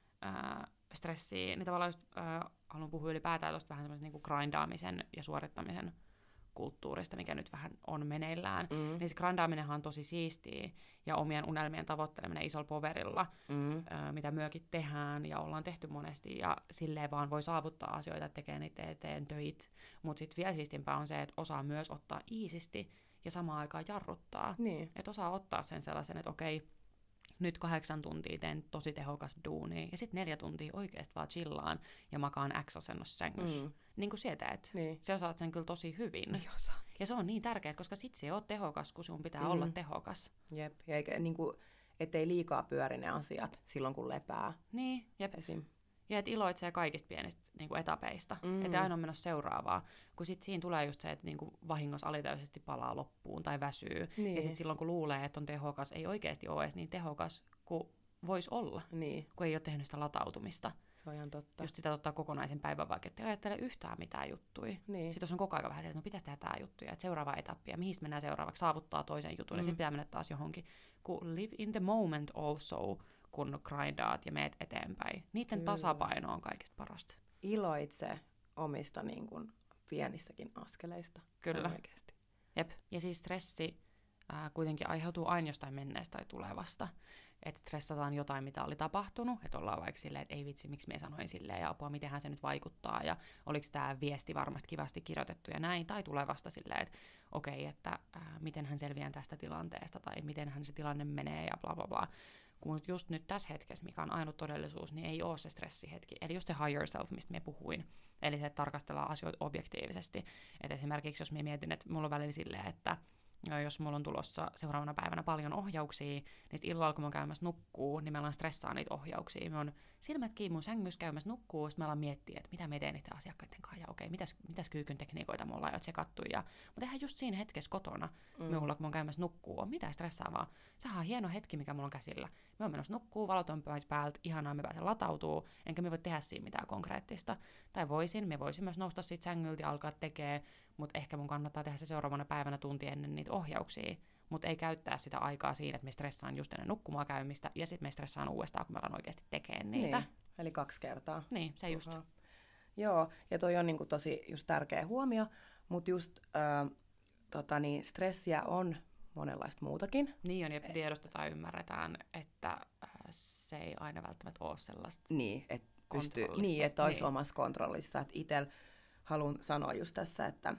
Speaker 2: ää, stressiä, niin tavallaan just ää, haluan puhua ylipäätään tuosta vähän semmoisen niinku grindaamisen ja suorittamisen kulttuurista, mikä nyt vähän on meneillään.
Speaker 1: Mm.
Speaker 2: Niin se grindaaminenhan on tosi siistiä ja omien unelmien tavoitteleminen isolla poverilla,
Speaker 1: Mm.
Speaker 2: ää, mitä myökin tehdään ja ollaan tehty monesti ja silleen vaan voi saavuttaa asioita, että tekee niitä eteen töit. Mutta sitten vielä siistimpää on se, että osaa myös ottaa iisisti ja samaan aikaan jarruttaa.
Speaker 1: Niin,
Speaker 2: Että osaa ottaa sen sellaisen, että okei, nyt kahdeksan tuntia teen tosi tehokas duuni ja sitten neljä tuntia oikeasti vaan chillaan ja makaan X-asennossa sängyssä. Mm.
Speaker 1: Mm.
Speaker 2: Niin kuin sietäet.
Speaker 1: niin.
Speaker 2: Se osaat sen kyllä tosi hyvin.
Speaker 1: Niin osaa.
Speaker 2: Ja se on niin tärkeää, koska sit se ei ole tehokas, kun sun pitää
Speaker 1: Mm.
Speaker 2: olla tehokas.
Speaker 1: Jep, ja eikä, niin kuin, ettei liikaa pyöri ne asiat silloin, kun lepää
Speaker 2: Niin, jep.
Speaker 1: esim.
Speaker 2: Ja et iloitsee kaikista pienistä niin kuin etapeista.
Speaker 1: Mm.
Speaker 2: Että aina on menossa seuraavaa. Kun sit siinä tulee just se, että niin kuin vahingossa alitäisesti palaa loppuun tai väsyy.
Speaker 1: Niin.
Speaker 2: Ja sit silloin, kun luulee, että on tehokas, ei oikeasti ole edes niin tehokas kuin voisi olla,
Speaker 1: Niin,
Speaker 2: kun ei ole tehnyt sitä latautumista.
Speaker 1: se on ihan totta.
Speaker 2: Just sitä ottaa kokonaisen päivän vaikka, että ei ajattele yhtään mitään juttui.
Speaker 1: Niin.
Speaker 2: Sitten jos on koko ajan vähän, että no pitäisi tehdä tämä juttu, ja että seuraava etappi, ja mihin mennään seuraavaksi, saavuttaa toisen jutun, mm. ja sitten pitää mennä taas johonkin. Kun live in the moment also, kun grindaat ja meet eteenpäin. Niiden
Speaker 1: Kyllä.
Speaker 2: tasapaino on kaikista parasta.
Speaker 1: Iloitse omista niin kuin, pienistäkin askeleista.
Speaker 2: Kyllä.
Speaker 1: Oikeasti.
Speaker 2: Jep. Ja siis stressi ää, kuitenkin aiheutuu aina jostain menneestä tai tulevasta. Että stressataan jotain, mitä oli tapahtunut, että ollaan vaikka silleen, että ei vitsi, miksi me sanoin silleen, ja apua, mitenhän se nyt vaikuttaa, ja oliko tämä viesti varmasti kivasti kirjoitettu ja näin, tai tulevasta silleen, että okei, okay, että ää, miten hän selviää tästä tilanteesta, tai miten hän se tilanne menee, ja bla bla bla. Kun just nyt tässä hetkessä, mikä on ainut todellisuus, niin ei ole se stressihetki, eli just se higher self, mistä me puhuin, eli se, että tarkastellaan asioita objektiivisesti. Että esimerkiksi jos mä mietin, että mulla on välillä silleen, että jos mulla on tulossa seuraavana päivänä paljon ohjauksia, niin sitten illalla, kun mä oon käymässä nukkuu, niin me ollaan stressaa niitä ohjauksia. Me on silmät kiinni mun sängyssä käymässä nukkuu, sitten me ollaan miettiä, että mitä me teen niiden asiakkaiden kanssa, ja okei, mitäs, mitäs kyykyn tekniikoita mulla on jo tsekattu. Ja, mutta eihän just siinä hetkessä kotona, mm. minulla, kun mä oon käymässä nukkuu, on mitään stressaavaa. Sehän on hieno hetki, mikä mulla on käsillä. Me on menossa nukkuu, valot on päältä, ihanaa, me pääsen latautuu, enkä me voi tehdä siinä mitään konkreettista. Tai voisin, me voisin myös nousta siitä sängyltä ja alkaa tekemään, mutta ehkä mun kannattaa tehdä se seuraavana päivänä tunti ennen niitä ohjauksia, mutta ei käyttää sitä aikaa siinä, että me stressaan just ennen nukkumaan käymistä, ja sitten me stressaan uudestaan, kun me ollaan oikeasti tekemään niitä.
Speaker 1: Niin, eli kaksi kertaa.
Speaker 2: Niin, se just.
Speaker 1: Aha. Joo, ja toi on niinku tosi just tärkeä huomio, mutta just äh, tota niin, stressiä on monenlaista muutakin.
Speaker 2: Niin on, ja tiedostetaan ja ymmärretään, että äh, se ei aina välttämättä ole sellaista.
Speaker 1: Niin, että pystyy,
Speaker 2: kontrollissa.
Speaker 1: niin, että olisi
Speaker 2: Niin.
Speaker 1: omassa kontrollissa. Että itsellä haluan sanoa just tässä, että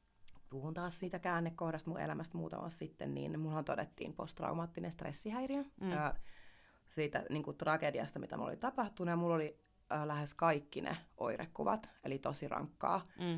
Speaker 1: puhun taas siitä käännekohdasta mun elämästä muutama vuosi sitten, niin mullahan todettiin posttraumaattinen stressihäiriö.
Speaker 2: Mm.
Speaker 1: Ää, siitä niin kuin tragediasta, mitä mulla oli tapahtunut, ja mulla oli ää, lähes kaikki ne oirekuvat, eli tosi rankkaa.
Speaker 2: Mm.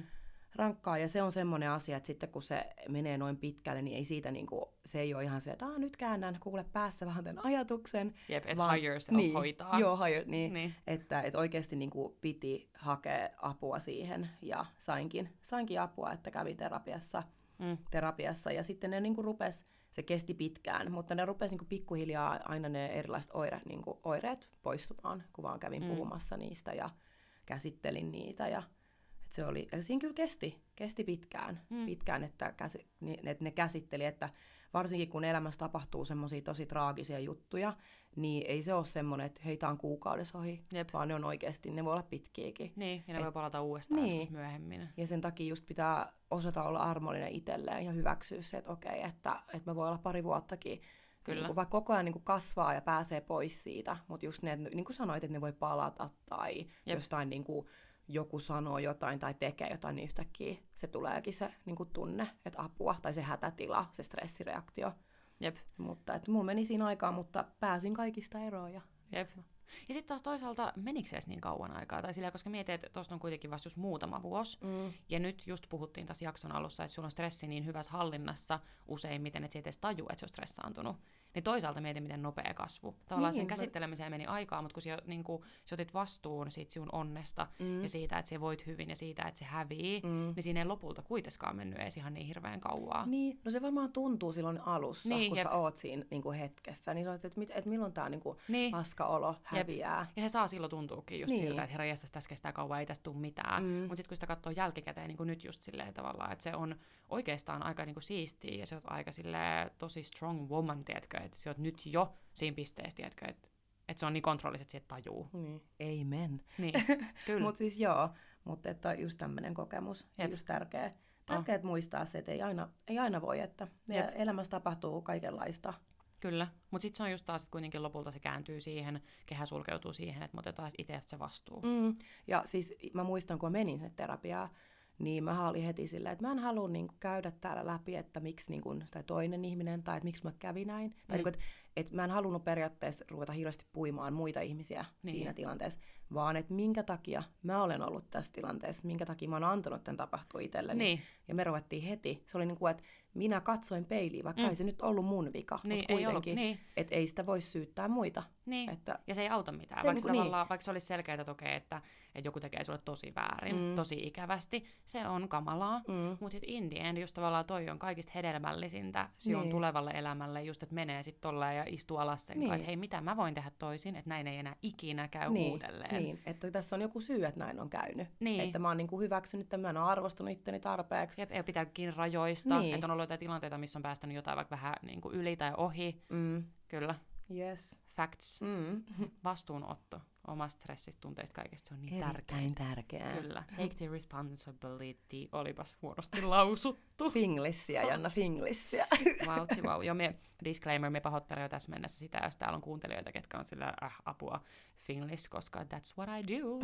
Speaker 1: rankkaa, ja se on semmoinen asia, että sitten kun se menee noin pitkälle, niin ei siitä niinku, se ei ole ihan se, että nyt käännän kuule päässä vähän tämän ajatuksen.
Speaker 2: Jep, että hire yourself
Speaker 1: niin,
Speaker 2: hoitaa.
Speaker 1: Joo, hire, niin,
Speaker 2: niin.
Speaker 1: että et oikeasti niinku piti hakea apua siihen, ja sainkin, sainkin apua, että kävin terapiassa, mm. terapiassa ja sitten ne niinku rupes, se kesti pitkään, mutta ne rupesi niinku pikkuhiljaa aina ne erilaiset oire, niinku oireet poistumaan, kun vaan kävin mm. puhumassa niistä ja käsittelin niitä, ja se oli, ja siinä kyllä kesti, kesti pitkään, mm. pitkään että, käsi, että ne käsitteli, että varsinkin kun elämässä tapahtuu semmoisia tosi traagisia juttuja, niin ei se ole semmoinen, että heitä on kuukaudessa ohi, Jep. vaan ne on oikeasti, ne voi olla pitkiäkin.
Speaker 2: Niin, ja ne Et, voi palata uudestaan niin. joskus myöhemmin.
Speaker 1: Ja sen takia just pitää osata olla armollinen itselleen ja hyväksyä se, että okei, että, että mä voin olla pari vuottakin, Kyllä. Niin vaikka koko ajan niin kasvaa ja pääsee pois siitä, mutta just ne, niin kuin sanoit, että ne voi palata tai Jep. jostain niin kuin, joku sanoo jotain tai tekee jotain, niin yhtäkkiä se tuleekin se niin kuin tunne, että apua, tai se hätätila, se stressireaktio.
Speaker 2: Jep.
Speaker 1: Mutta että mulla meni siinä aikaa, mutta pääsin kaikista eroon. Ja,
Speaker 2: Jep. Ja sitten taas toisaalta menikö se edes niin kauan aikaa? Tai sillä, koska mietit, että tuosta on kuitenkin vasta just muutama vuosi. Mm. Ja nyt just puhuttiin tässä jakson alussa, että sulla on stressi niin hyvässä hallinnassa useimmiten, että sä et edes taju, että sä oot stressaantunut. Niin toisaalta mietin, miten nopea kasvu. Tavallaan niin, sen käsittelemiseen meni aikaa, mutta kun sä, niin kun, sä otit vastuun siitä sinun onnesta mm. ja siitä, että sä voit hyvin ja siitä, että se hävii, mm. niin siinä ei lopulta kuitenkaan mennyt edes ihan niin hirveän kauaa.
Speaker 1: Niin, no se varmaan tuntuu silloin alussa, niin, kun jep. sä oot siinä niin kuin hetkessä. Niin sä oot, että, että milloin tää niin kuin niin. paskaolo häviää. Jep.
Speaker 2: Ja se saa silloin tuntuukin just niin. siltä, että herra jästäs, tässä kestää kauan, ei tästä tule mitään. Mm. Mutta sitten kun sitä katsoo jälkikäteen, niin kuin nyt just silleen tavallaan, että se on oikeastaan aika niin kuin siistiä ja se on aika silleen tosi strong woman, tiedätkö, että sä oot nyt jo siinä pisteessä, tiedätkö, että, että se on niin kontrollisesti, että sä et tajuu.
Speaker 1: Niin. Amen.
Speaker 2: Niin, kyllä.
Speaker 1: Mutta siis joo, mutta että just tämmöinen kokemus on just tärkeä. Tärkeää oh. muistaa se, että ei aina, ei aina voi, että meidän elämässä tapahtuu kaikenlaista.
Speaker 2: Kyllä, mutta sitten se on just taas, että kuitenkin lopulta se kääntyy siihen, kehä sulkeutuu siihen, että me otetaan itse se vastuu.
Speaker 1: Mm. Ja siis mä muistan, kun mä menin sinne terapiaan, niin mä olin heti silleen, että mä en halua niinku käydä täällä läpi, että miksi niinku, tai toinen ihminen, tai että miksi mä kävin näin. Mm. Tai niinku, että et mä en halunnut periaatteessa ruveta hirveästi puimaan muita ihmisiä niin. siinä tilanteessa, vaan että minkä takia mä olen ollut tässä tilanteessa, minkä takia mä oon antanut tämän tapahtua itselleni. Niin. Ja me ruvettiin heti. Se oli niin kuin, että minä katsoin peiliin, vaikka mm. ei se nyt ollut mun vika, niin, mutta kuitenkin, niin. että ei sitä voi syyttää muita.
Speaker 2: Niin.
Speaker 1: Että
Speaker 2: ja se ei auta mitään, vaikka, niin niin. vaikka se olisi selkeää, että okei, että, että joku tekee sulle tosi väärin, mm. tosi ikävästi, se on kamalaa, mm. mutta sitten in the end just tavallaan toi on kaikista hedelmällisintä sinun niin. tulevalle elämälle, just että menee sitten tolleen ja istuu alas sen niin. kanssa, että hei, mitä mä voin tehdä toisin, että näin ei enää ikinä käy
Speaker 1: niin.
Speaker 2: uudelleen.
Speaker 1: Niin, että tässä on joku syy, että näin on käynyt.
Speaker 2: Niin.
Speaker 1: Että mä oon niinku hyväksynyt, että mä en ole arvostunut itteni tarpeeksi.
Speaker 2: Jep, ei pitää kiinni rajoista, niin. että on ollut jotain tilanteita, missä on päästänyt jotain vaikka vähän niin kuin yli tai ohi. Mm. Kyllä.
Speaker 1: Yes.
Speaker 2: Facts. Mm. Vastuunotto omasta stressistä, tunteista, kaikesta. Se on niin tärkeää.
Speaker 1: tärkeää.
Speaker 2: Kyllä. Take the responsibility. Olipas huonosti lausuttu.
Speaker 1: Finglissiä, Janna, finglissiä.
Speaker 2: Vauhti, vau. Joo, me, disclaimer, me pahoittelen jo tässä mennessä sitä, jos täällä on kuuntelijoita, ketkä on sillä äh, apua Finglish, koska that's what I do.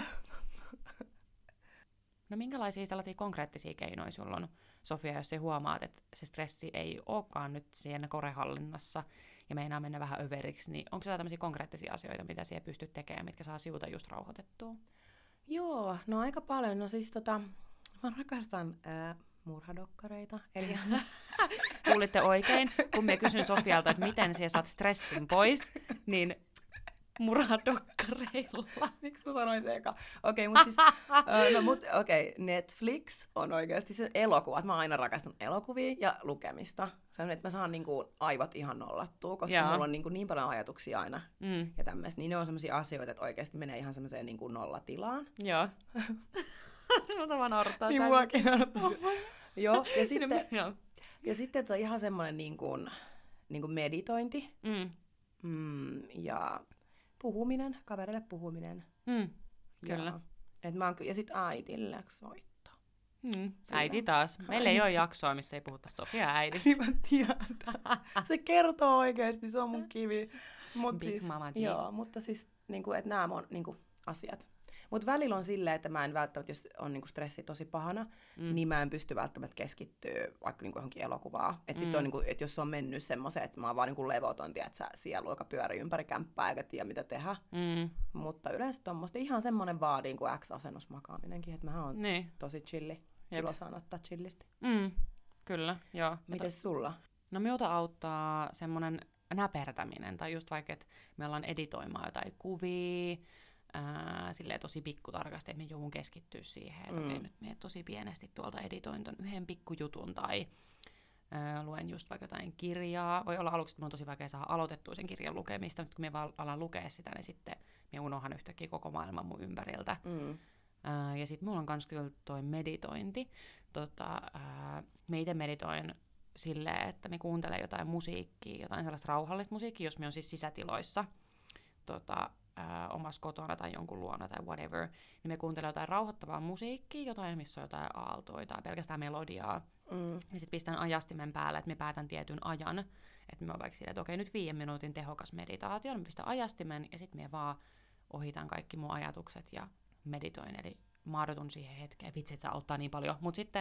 Speaker 2: No minkälaisia sellaisia konkreettisia keinoja sulla on, Sofia, jos sä huomaat, että se stressi ei olekaan nyt siinä korehallinnassa ja meinaa mennä vähän överiksi, niin onko se tämmöisiä konkreettisia asioita, mitä siellä pystyt tekemään, mitkä saa siuta just rauhoitettua?
Speaker 1: Joo, no aika paljon. No siis tota, mä rakastan ää, murhadokkareita. Eli
Speaker 2: kuulitte oikein, kun mä kysyn Sofialta, että miten siellä saat stressin pois, niin murhadokkareilla.
Speaker 1: Miksi mä sanoin se eka? Okei, okay, mutta siis, uh, no, mut, okay, Netflix on oikeasti se elokuvat. Mä oon aina rakastanut elokuvia ja lukemista. Se on, että mä saan niinku aivot ihan nollattua, koska Jaa. mulla on niinku niin paljon ajatuksia aina mm. ja tämmöistä. Niin ne on semmoisia asioita, että oikeasti menee ihan semmoiseen niinku nollatilaan.
Speaker 2: Joo. Mä tavan naurattaa.
Speaker 1: Niin muakin naurattaa. Joo, ja sitten, ja sitten on ihan semmoinen niinku, niinku meditointi. Mm. Mm, ja puhuminen, kaverille puhuminen.
Speaker 2: Mm, kyllä.
Speaker 1: Ja, et mä oon, ja sit äitille soittaa.
Speaker 2: Mm, äiti taas. Meillä ei ole jaksoa, missä ei puhuta Sofia äidistä.
Speaker 1: Mä tiedän. Se kertoo oikeesti, se on mun kivi. Mut
Speaker 2: Big
Speaker 1: siis,
Speaker 2: Mama G.
Speaker 1: Joo, mutta siis, niinku, että nämä on niinku, asiat. Mutta välillä on silleen, että mä en välttämättä, jos on niinku stressi tosi pahana, mm. niin mä en pysty välttämättä keskittyä vaikka niinku johonkin elokuvaan. Että mm. niinku, et jos se on mennyt semmoiseen, että mä oon vaan niinku levoton, että sä sielu, joka pyörii ympäri kämppää eikä tiedä mitä tehdä. Mm. Mutta yleensä tommoista ihan semmoinen vaadin kuin X-asennusmakaaminenkin, että mä oon niin. tosi chilli. Ilosaan ottaa chillisti.
Speaker 2: Mm, kyllä, joo.
Speaker 1: Mites sulla?
Speaker 2: No minulta auttaa semmoinen näpertäminen, tai just vaikka, että me ollaan editoimaan jotain kuvia, ää, silleen tosi pikkutarkasti, että me joudun keskittyä siihen, että mm. okei, nyt me tosi pienesti tuolta editoin ton yhden pikkujutun, tai ää, luen just vaikka jotain kirjaa. Voi olla aluksi, että mun on tosi vaikea saada aloitettua sen kirjan lukemista, mutta kun me vaan alan lukea sitä, niin sitten me unohan yhtäkkiä koko maailman mun ympäriltä. Mm. Ää, ja sitten mulla on kans kyllä toi meditointi. Tota, ää, me itse meditoin silleen, että me kuuntelen jotain musiikkia, jotain sellaista rauhallista musiikkia, jos me on siis sisätiloissa tota, ää, omassa kotona tai jonkun luona tai whatever, niin me kuuntelen jotain rauhoittavaa musiikkia, jotain, missä on jotain aaltoja tai pelkästään melodiaa. Mm. Ja sitten pistän ajastimen päälle, että me päätän tietyn ajan, että me on vaikka silleen, että okei, nyt viiden minuutin tehokas meditaatio, niin me pistän ajastimen ja sitten me vaan ohitan kaikki mun ajatukset ja meditoin, eli maadotun siihen hetkeen. Vitsi, että se auttaa niin paljon. Mutta sitten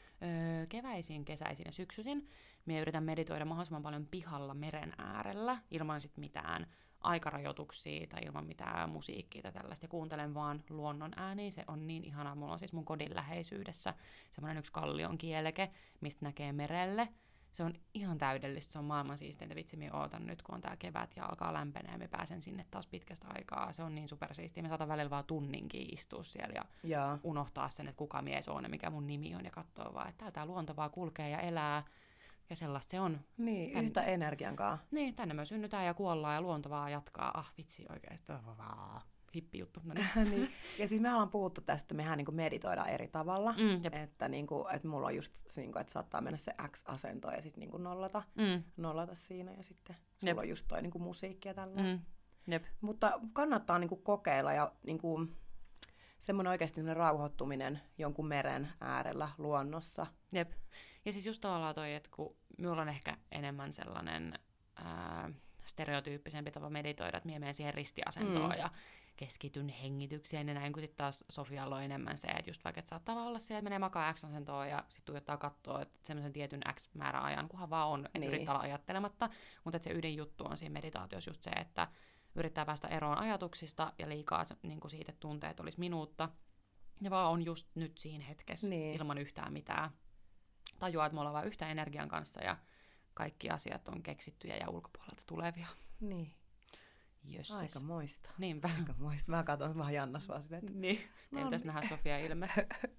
Speaker 2: öö, keväisin, kesäisin ja syksyisin minä yritän meditoida mahdollisimman paljon pihalla meren äärellä, ilman sit mitään aikarajoituksia tai ilman mitään musiikkia tai tällaista. Ja kuuntelen vaan luonnon ääniä. Se on niin ihanaa. Mulla on siis mun kodin läheisyydessä semmoinen yksi kallion kieleke, mistä näkee merelle. Se on ihan täydellistä, se on maailman siisteintä. Vitsi, minä ootan nyt, kun on tää kevät ja alkaa lämpenee ja me pääsen sinne taas pitkästä aikaa. Se on niin supersiistiä. Me saatan välillä vaan tunninkin istua siellä ja Jaa. unohtaa sen, että kuka mies on ja mikä mun nimi on ja katsoa vaan, että täältä luonto vaan kulkee ja elää. Ja sellaista se on.
Speaker 1: Niin, tänne, yhtä energian kanssa.
Speaker 2: Niin, tänne me synnytään ja kuollaan ja luonto vaan jatkaa. Ah, vitsi oikeesti. Hippijuttu. No niin.
Speaker 1: niin. Ja siis me ollaan puhuttu tästä, että mehän niinku meditoidaan eri tavalla. Mm, että, niinku, että mulla on just se, niinku, että saattaa mennä se X-asento ja sitten niinku nollata, mm. nollata siinä. Ja sitten sulla Jep. on just toi niinku musiikki ja tällainen. Mm. Mutta kannattaa niinku kokeilla ja niinku, semmoinen oikeasti semmoinen rauhoittuminen jonkun meren äärellä luonnossa.
Speaker 2: Jep. Ja siis just tavallaan toi, että kun minulla on ehkä enemmän sellainen ää, stereotyyppisempi tapa meditoida, että minä menen siihen ristiasentoon mm. ja keskityn hengitykseen ja näin, kun sitten taas Sofialla on enemmän se, että just vaikka että saattaa olla silleen, että menee makaa X-asentoon ja sitten tuijottaa katsoa, että semmoisen tietyn X-määrän ajan, kunhan vaan on, että niin. yrittää olla ajattelematta, mutta että se ydinjuttu on siinä meditaatiossa just se, että yrittää päästä eroon ajatuksista ja liikaa niin kuin siitä, että tunteet olisi minuutta ja vaan on just nyt siinä hetkessä niin. ilman yhtään mitään. Tajuaa, että me ollaan vaan yhtä energian kanssa ja kaikki asiat on keksittyjä ja ulkopuolelta tulevia.
Speaker 1: Niin.
Speaker 2: Jösses.
Speaker 1: Aika moista.
Speaker 2: Niinpä.
Speaker 1: Aika moista. Mä katson vähän Jannas vaan silleen, että...
Speaker 2: Niin. Tein pitäisi nähdä Sofia ilme.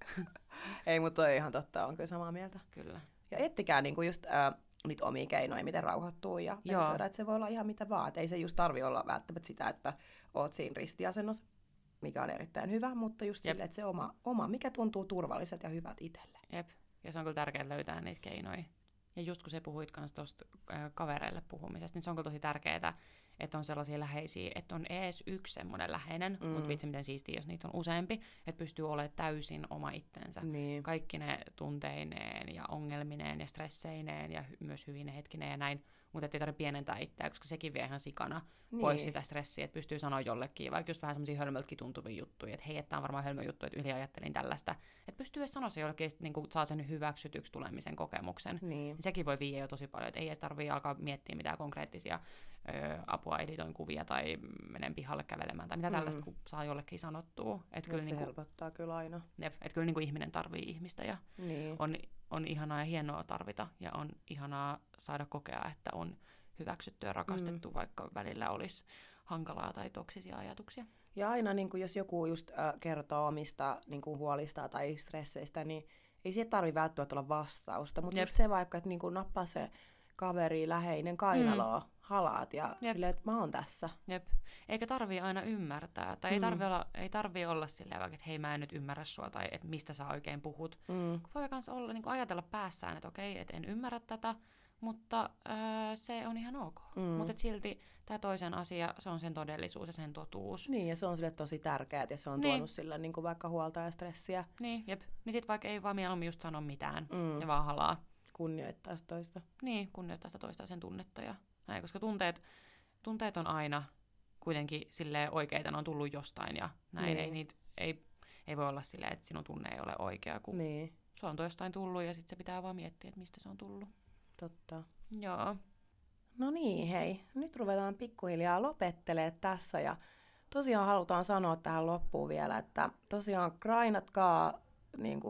Speaker 1: Ei, mutta toi ihan totta, on kyllä samaa mieltä.
Speaker 2: Kyllä.
Speaker 1: Ja ettikää niinku just äh, niitä omia keinoja, miten rauhoittuu ja meditoida, että se voi olla ihan mitä vaan. Et ei se just tarvi olla välttämättä sitä, että oot siinä ristiasennossa, mikä on erittäin hyvä, mutta just silleen, että se oma, oma, mikä tuntuu turvalliset ja hyvät itselle.
Speaker 2: Jep. Ja se on kyllä tärkeää löytää niitä keinoja. Ja just kun sä puhuit kanssa tuosta äh, kavereille puhumisesta, niin se on kyllä tosi tärkeää, että on sellaisia läheisiä, että on edes yksi semmoinen läheinen, mm. mutta vitsi miten siistiä, jos niitä on useampi, että pystyy olemaan täysin oma itsensä. Niin. Kaikki ne tunteineen ja ongelmineen ja stresseineen ja hy- myös hyvine hetkineen ja näin, mutta ei tarvitse pienentää itseä, koska sekin vie ihan sikana niin. pois sitä stressiä, että pystyy sanoa jollekin, vaikka just vähän semmoisia hölmöltäkin tuntuvia juttuja, että hei, että on varmaan hölmö juttu, että yliajattelin tällaista, että pystyy edes sanoa se jollekin, että niin saa sen hyväksytyksi tulemisen kokemuksen. Niin. Sekin voi viiä jo tosi paljon, että ei edes tarvitse alkaa miettiä mitään konkreettisia ö, apua, editoin kuvia tai menen pihalle kävelemään tai mitä mm. tällaista, kun saa jollekin sanottua. Et kyllä
Speaker 1: se
Speaker 2: niinku,
Speaker 1: helpottaa kyllä aina.
Speaker 2: Että kyllä niinku ihminen tarvii ihmistä ja niin. on, on ihanaa ja hienoa tarvita ja on ihanaa saada kokea, että on hyväksytty ja rakastettu, mm. vaikka välillä olisi hankalaa tai toksisia ajatuksia.
Speaker 1: Ja aina niin kuin jos joku just äh, kertoo omista niin kuin huolista tai stresseistä, niin ei siihen tarvitse välttämättä olla vastausta, mutta just se vaikka, että niin kuin nappaa se kaveri, läheinen kainaloa, mm. halaat ja Jep. silleen, että mä oon tässä.
Speaker 2: Jep. Eikä tarvii aina ymmärtää, tai mm. ei, tarvii olla, ei tarvii olla silleen vaikka, että hei mä en nyt ymmärrä sua, tai että mistä sä oikein puhut. Mm. Voi myös olla, niin kuin ajatella päässään, että okei, että en ymmärrä tätä, mutta äh, se on ihan ok. Mm. Mutta silti tämä toisen asia, se on sen todellisuus ja sen totuus.
Speaker 1: Niin, ja se on sille tosi tärkeää, ja se on niin. tuonut sille niin kuin vaikka huolta ja stressiä.
Speaker 2: Niin, jep. Niin sit vaikka ei vaan mieluummin just sano mitään mm. ja vaan halaa.
Speaker 1: Kunnioittaa sitä toista.
Speaker 2: Niin, kunnioittaa sitä toista sen tunnetta ja näin, koska tunteet, tunteet on aina kuitenkin silleen oikeita, ne on tullut jostain ja näin. Niin. Ei, niitä, ei, ei voi olla silleen, että sinun tunne ei ole oikea, kun niin. se on jostain tullut ja sitten se pitää vaan miettiä, että mistä se on tullut.
Speaker 1: Totta.
Speaker 2: Joo.
Speaker 1: No niin, hei. Nyt ruvetaan pikkuhiljaa lopettelemaan tässä ja tosiaan halutaan sanoa tähän loppuun vielä, että tosiaan grainatkaa niin kuin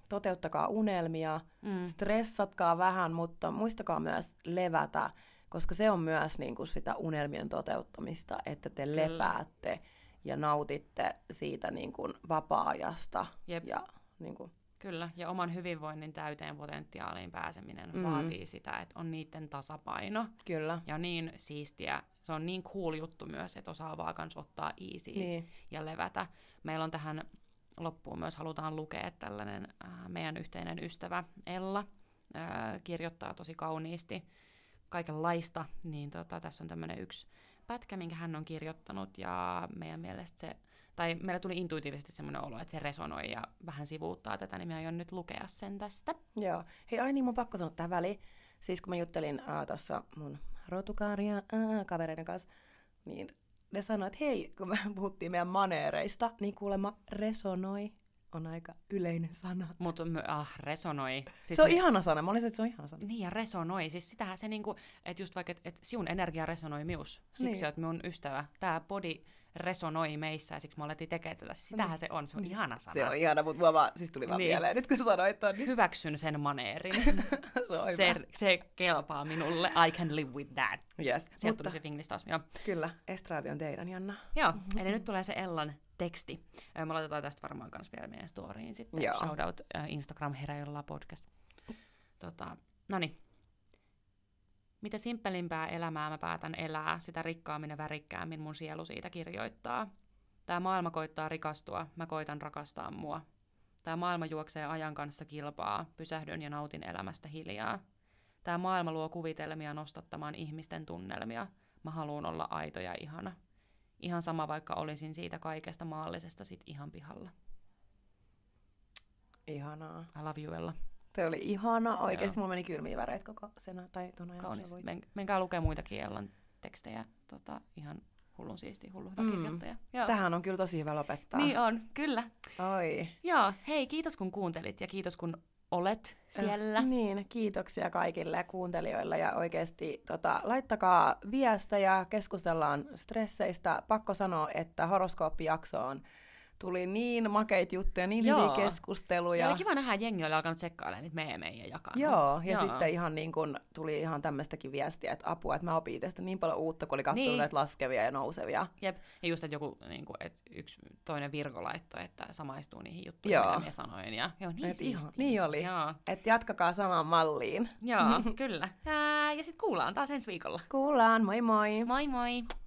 Speaker 1: toteuttakaa unelmia,
Speaker 2: Mm.
Speaker 1: stressatkaa vähän, mutta muistakaa myös levätä, koska se on myös niin kuin sitä unelmien toteuttamista, että te
Speaker 2: Kyllä.
Speaker 1: lepäätte ja nautitte siitä niin kuin vapaa-ajasta.
Speaker 2: Jep.
Speaker 1: Ja, niin kuin,
Speaker 2: Kyllä, ja oman hyvinvoinnin täyteen potentiaaliin pääseminen
Speaker 1: Mm.
Speaker 2: vaatii sitä, että on niiden tasapaino.
Speaker 1: kyllä.
Speaker 2: Ja niin siistiä, se on niin cool juttu myös, että osaa vaan kans ottaa easy
Speaker 1: Niin.
Speaker 2: ja levätä. Meillä on tähän loppuun myös, halutaan lukea tällainen äh, meidän yhteinen ystävä Ella, äh, kirjoittaa tosi kauniisti kaikenlaista, niin tota, tässä on tämmöinen yksi pätkä, minkä hän on kirjoittanut, ja meidän mielestä se, tai meillä tuli intuitiivisesti semmoinen olo, että se resonoi ja vähän sivuuttaa tätä, niin mä aion nyt lukea sen tästä.
Speaker 1: Joo. Hei, ai niin, mun pakko sanoa tähän väliin. Siis kun mä juttelin äh, tuossa mun rotukaaria äh, kavereiden kanssa, niin ne sanoi, että hei, kun me puhuttiin meidän maneereista, niin kuulemma resonoi on aika yleinen sana.
Speaker 2: Mutta ah, resonoi. Siis
Speaker 1: Se on
Speaker 2: me-
Speaker 1: ihana sana. Mä olisin, että se on ihana sana.
Speaker 2: Niin, ja resonoi. Siis sitähän se niinku, että just vaikka, että et siun energia resonoi mius. Siksi
Speaker 1: Niin.
Speaker 2: niin. oot mun ystävä. Tää body resonoi meissä, ja siksi me alettiin tekemään tätä. Siis sitähän se on. Se on ihana sana.
Speaker 1: Se on ihana, mutta mua vaan, siis tuli vaan
Speaker 2: Niin.
Speaker 1: mieleen nyt, kun sanoit ton. Niin
Speaker 2: Hyväksyn sen maneerin.
Speaker 1: se on
Speaker 2: se,
Speaker 1: hyvä.
Speaker 2: se kelpaa minulle. I can live with that.
Speaker 1: Yes.
Speaker 2: Sieltä
Speaker 1: Mutta
Speaker 2: tuli se finglis taas. Joo,
Speaker 1: kyllä, estraadi on teidän, Janna.
Speaker 2: Joo. Eli nyt tulee se Ellan teksti. Ö, Me laitetaan tästä varmaan myös vielä meidän storyin sitten.
Speaker 1: Joo.
Speaker 2: Shoutout äh, Instagram Hereillä podcast. Tota, noniin. Mitä simppelimpää elämää mä päätän elää, sitä rikkaammin ja värikkäämmin mun sielu siitä kirjoittaa. Tää maailma koittaa rikastua, mä koitan rakastaa mua. Tää maailma juoksee ajan kanssa kilpaa, pysähdyn ja nautin elämästä hiljaa. Tää maailma luo kuvitelmia nostattamaan ihmisten tunnelmia. Mä haluun olla aito ja ihana. Ihan sama, vaikka olisin siitä kaikesta maallisesta sit ihan pihalla.
Speaker 1: Ihanaa.
Speaker 2: I love you, Ella.
Speaker 1: Te oli ihana. Oikeesti
Speaker 2: Joo.
Speaker 1: mulla meni kylmiä väreitä koko sen tai ton ajan. kun
Speaker 2: Kaunis.
Speaker 1: sä luit.
Speaker 2: Men, menkää lukea muitakin Ellan tekstejä. Tota, ihan hullun siisti, hullu hyvä
Speaker 1: Mm.
Speaker 2: kirjoittaja. Joo.
Speaker 1: Tähän on kyllä tosi hyvä lopettaa.
Speaker 2: Niin on, kyllä.
Speaker 1: Oi.
Speaker 2: Joo, hei, kiitos kun kuuntelit ja kiitos kun olet siellä.
Speaker 1: Äh, niin, kiitoksia kaikille kuuntelijoille ja oikeasti tota, laittakaa viestejä, keskustellaan stresseistä. Pakko sanoa, että horoskooppijaksoon tuli niin makeita juttuja, niin
Speaker 2: Joo.
Speaker 1: hyviä keskusteluja.
Speaker 2: Ja oli kiva nähdä, että jengi oli alkanut tsekkailemaan niitä meemejä ja jakaa.
Speaker 1: Joo, ja Joo. sitten ihan niin kun, tuli ihan tämmöistäkin viestiä, että apua, että mä opin tästä niin paljon uutta, kun oli katsonut
Speaker 2: Niin.
Speaker 1: näitä laskevia ja nousevia.
Speaker 2: Jep, ja just, että joku niin kuin, että yksi toinen Virgo laittoi, että samaistuu niihin juttuihin,
Speaker 1: Joo.
Speaker 2: mitä minä sanoin. Ja, joo, niin
Speaker 1: Et ihan,
Speaker 2: siistiä.
Speaker 1: niin oli.
Speaker 2: Joo,
Speaker 1: Että jatkakaa samaan malliin.
Speaker 2: joo kyllä. Ää, ja sitten kuullaan taas ensi viikolla.
Speaker 1: Kuullaan, moi moi!
Speaker 2: Moi moi!